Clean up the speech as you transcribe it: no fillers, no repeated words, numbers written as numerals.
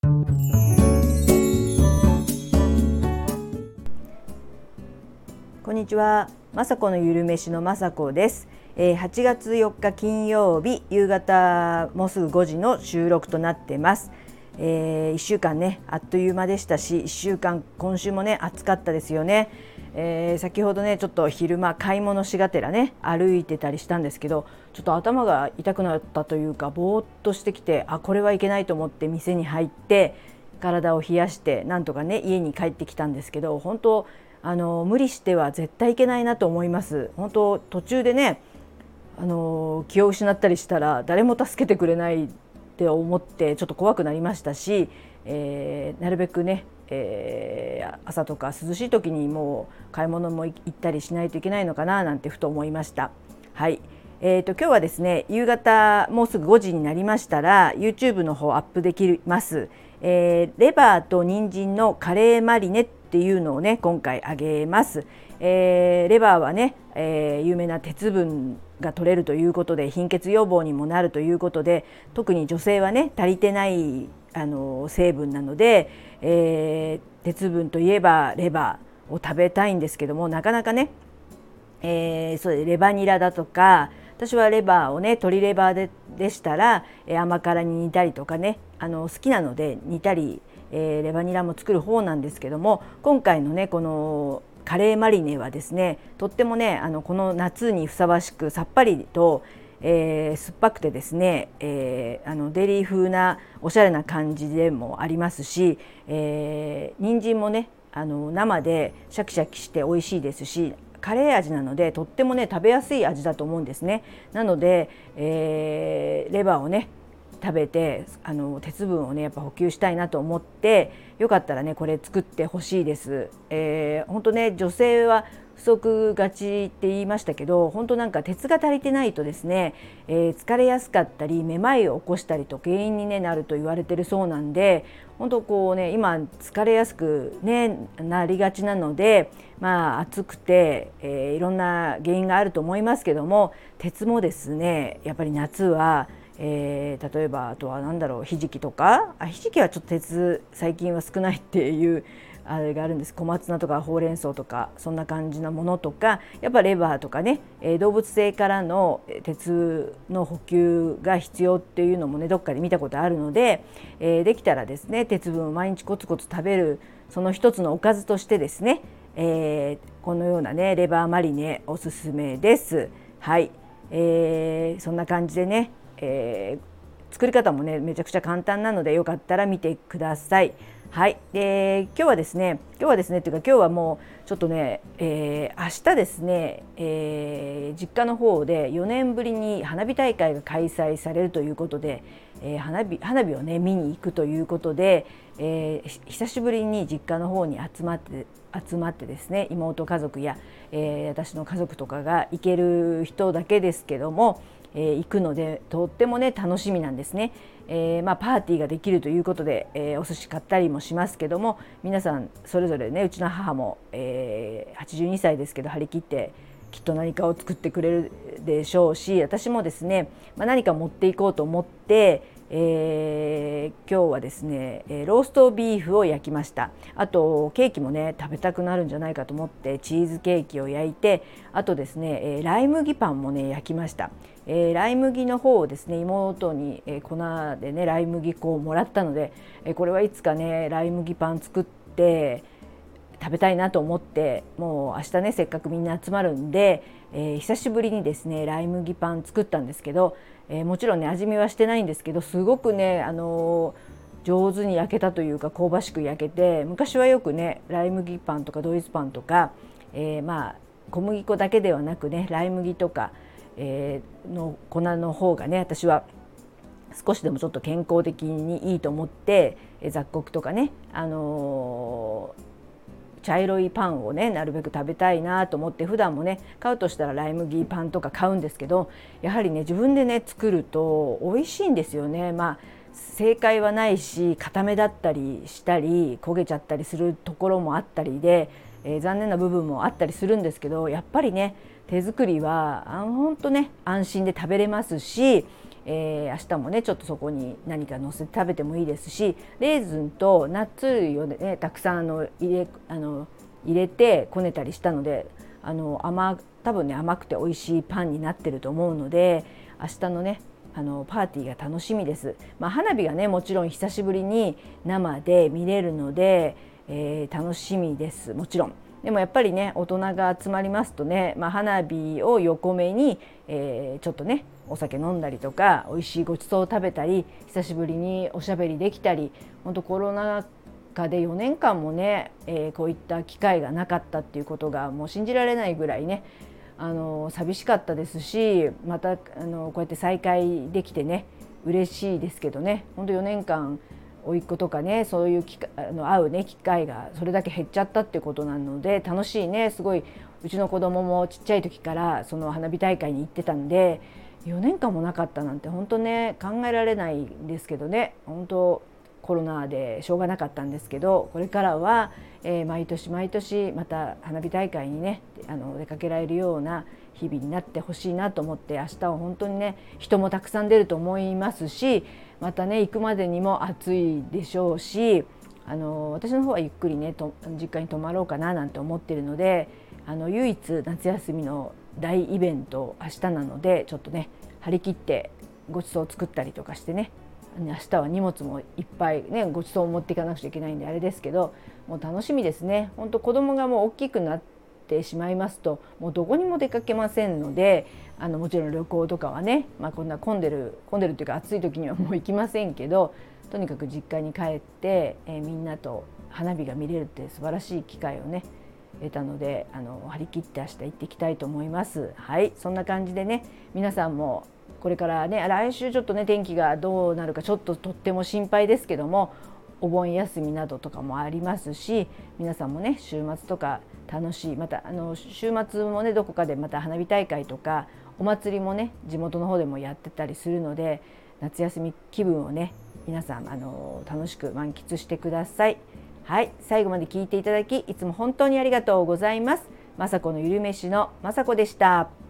こんにちは、まさこのゆるめしのまさこです。8月4日金曜日夕方もうすぐ5時の収録となってます。1週間ねあっという間でしたし、1週間今週もね暑かったですよね。先ほどねちょっと昼間買い物しがてらね歩いてたりしたんですけど、ちょっと頭が痛くなったというかぼーっとしてきて、これはいけないと思って店に入って体を冷やしてなんとかね家に帰ってきたんですけど、本当無理しては絶対いけないなと思います。本当途中でね気を失ったりしたら誰も助けてくれないって思ってちょっと怖くなりましたし、なるべくね、朝とか涼しい時にもう買い物も行ったりしないといけないのかななんてふと思いました。はい、今日はですね夕方もうすぐ5時になりましたら YouTube の方アップできます。レバーと人参のカレーマリネっていうのをね今回あげます。レバーはね、有名な鉄分が取れるということで貧血予防にもなるということで、特に女性はね足りてない成分なので、鉄分といえばレバーを食べたいんですけども、なかなかね、そうレバニラだとか、私はレバーをね鶏レバーでしたら、甘辛に煮たりとかね好きなので煮たり、レバニラも作る方なんですけども、今回のねこのカレーマリネはですねとってもねこの夏にふさわしくさっぱりと、酸っぱくてですね、デリー風なおしゃれな感じでもありますし、人参もね生でシャキシャキして美味しいですし、カレー味なのでとってもね食べやすい味だと思うんですね。なので、レバーをね食べて鉄分をねやっぱ補給したいなと思って、よかったらねこれ作ってほしいです。本当ね女性は不足がちって言いましたけど、本当なんか鉄が足りてないとですね、疲れやすかったりめまいを起こしたりと原因に、なると言われてるそうなんで、本当こうね今疲れやすく、なりがちなので、暑くて、いろんな原因があると思いますけども、鉄もですねやっぱり夏は例えばあとはひじきとか、ひじきはちょっと鉄最近は少ないっていうあれがあるんです。小松菜とかほうれん草とかそんな感じなものとか、やっぱレバーとかね、動物性からの鉄の補給が必要っていうのもねどっかで見たことあるので、できたらですね鉄分を毎日コツコツ食べるその一つのおかずとしてですね、このようなねレバーマリネおすすめです。はい、そんな感じでね、作り方もねめちゃくちゃ簡単なのでよかったら見てください。はい、今日はですねっていうか今日はもうちょっとね、明日ですね、実家の方で4年ぶりに花火大会が開催されるということで、花火をね見に行くということで、久しぶりに実家の方に集まってですね、妹家族や、私の家族とかが行ける人だけですけども、行くのでとってもね楽しみなんですね。パーティーができるということで、お寿司買ったりもしますけども、皆さんそれぞれね、うちの母も、82歳ですけど張り切ってきっと何かを作ってくれるでしょうし、私もですね、何か持っていこうと思って、今日はですねローストビーフを焼きました。あとケーキもね食べたくなるんじゃないかと思ってチーズケーキを焼いて、あとですねライ麦パンもね焼きました。ライ麦の方をですね妹に、粉でねライ麦粉をもらったので、これはいつかねライ麦パン作って食べたいなと思って、もう明日ねせっかくみんな集まるんで、久しぶりにですねライ麦パン作ったんですけど、もちろんね味見はしてないんですけど、すごくね上手に焼けたというか香ばしく焼けて、昔はよくねライ麦パンとかドイツパンとか、小麦粉だけではなくねライ麦とか、の粉の方がね私は少しでもちょっと健康的にいいと思って、雑穀とかね、茶色いパンをねなるべく食べたいなと思って、普段もね買うとしたらライ麦パンとか買うんですけど、やはりね自分でね作ると美味しいんですよね。正解はないし、固めだったりしたり焦げちゃったりするところもあったりで、残念な部分もあったりするんですけど、やっぱりね手作りは本当ね安心で食べれますし、 明日もねちょっとそこに何か乗せて食べてもいいですし、レーズンとナッツ類をねたくさん入れてこねたりしたので、多分ね甘くて美味しいパンになってると思うので、明日のねパーティーが楽しみです。花火がねもちろん久しぶりに生で見れるので、楽しみです。もちろんでもやっぱりね大人が集まりますとね、花火を横目に、ちょっとねお酒飲んだりとか美味しいごちそうを食べたり、久しぶりにおしゃべりできたり、本当コロナ禍で4年間もね、こういった機会がなかったっていうことがもう信じられないぐらいね寂しかったですし、またこうやって再会できてね嬉しいですけどね、本当4年間甥っ子とかねそういう会うね機会がそれだけ減っちゃったっていうことなので、楽しいね。すごいうちの子供もちっちゃい時からその花火大会に行ってたんで、4年間もなかったなんて本当ね考えられないんですけどね、本当コロナでしょうがなかったんですけど、これからは、毎年毎年また花火大会にね出かけられるような日々になってほしいなと思って、明日は本当にね人もたくさん出ると思いますし、またね行くまでにも暑いでしょうし、私の方はゆっくりね実家に泊まろうかななんて思っているので、唯一夏休みの大イベント明日なので、ちょっとね張り切ってごちそうを作ったりとかしてね、明日は荷物もいっぱいねごちそうを持っていかなくちゃいけないんであれですけど、もう楽しみですね。本当子供がもう大きくなってしまいますともうどこにも出かけませんので、もちろん旅行とかはね、こんな混んでるっていうか暑い時にはもう行きませんけど、とにかく実家に帰って、みんなと花火が見れるって素晴らしい機会をね得たので、張り切って明日行ってきたいと思います。はい、そんな感じでね皆さんもこれからね来週ちょっとね天気がどうなるかちょっととっても心配ですけども、お盆休みなどとかもありますし、皆さんもね週末とか楽しい、また週末もねどこかでまた花火大会とかお祭りもね地元の方でもやってたりするので、夏休み気分をね皆さん楽しく満喫してください。はい、最後まで聞いていただきいつも本当にありがとうございます。雅子のゆるめしの雅子でした。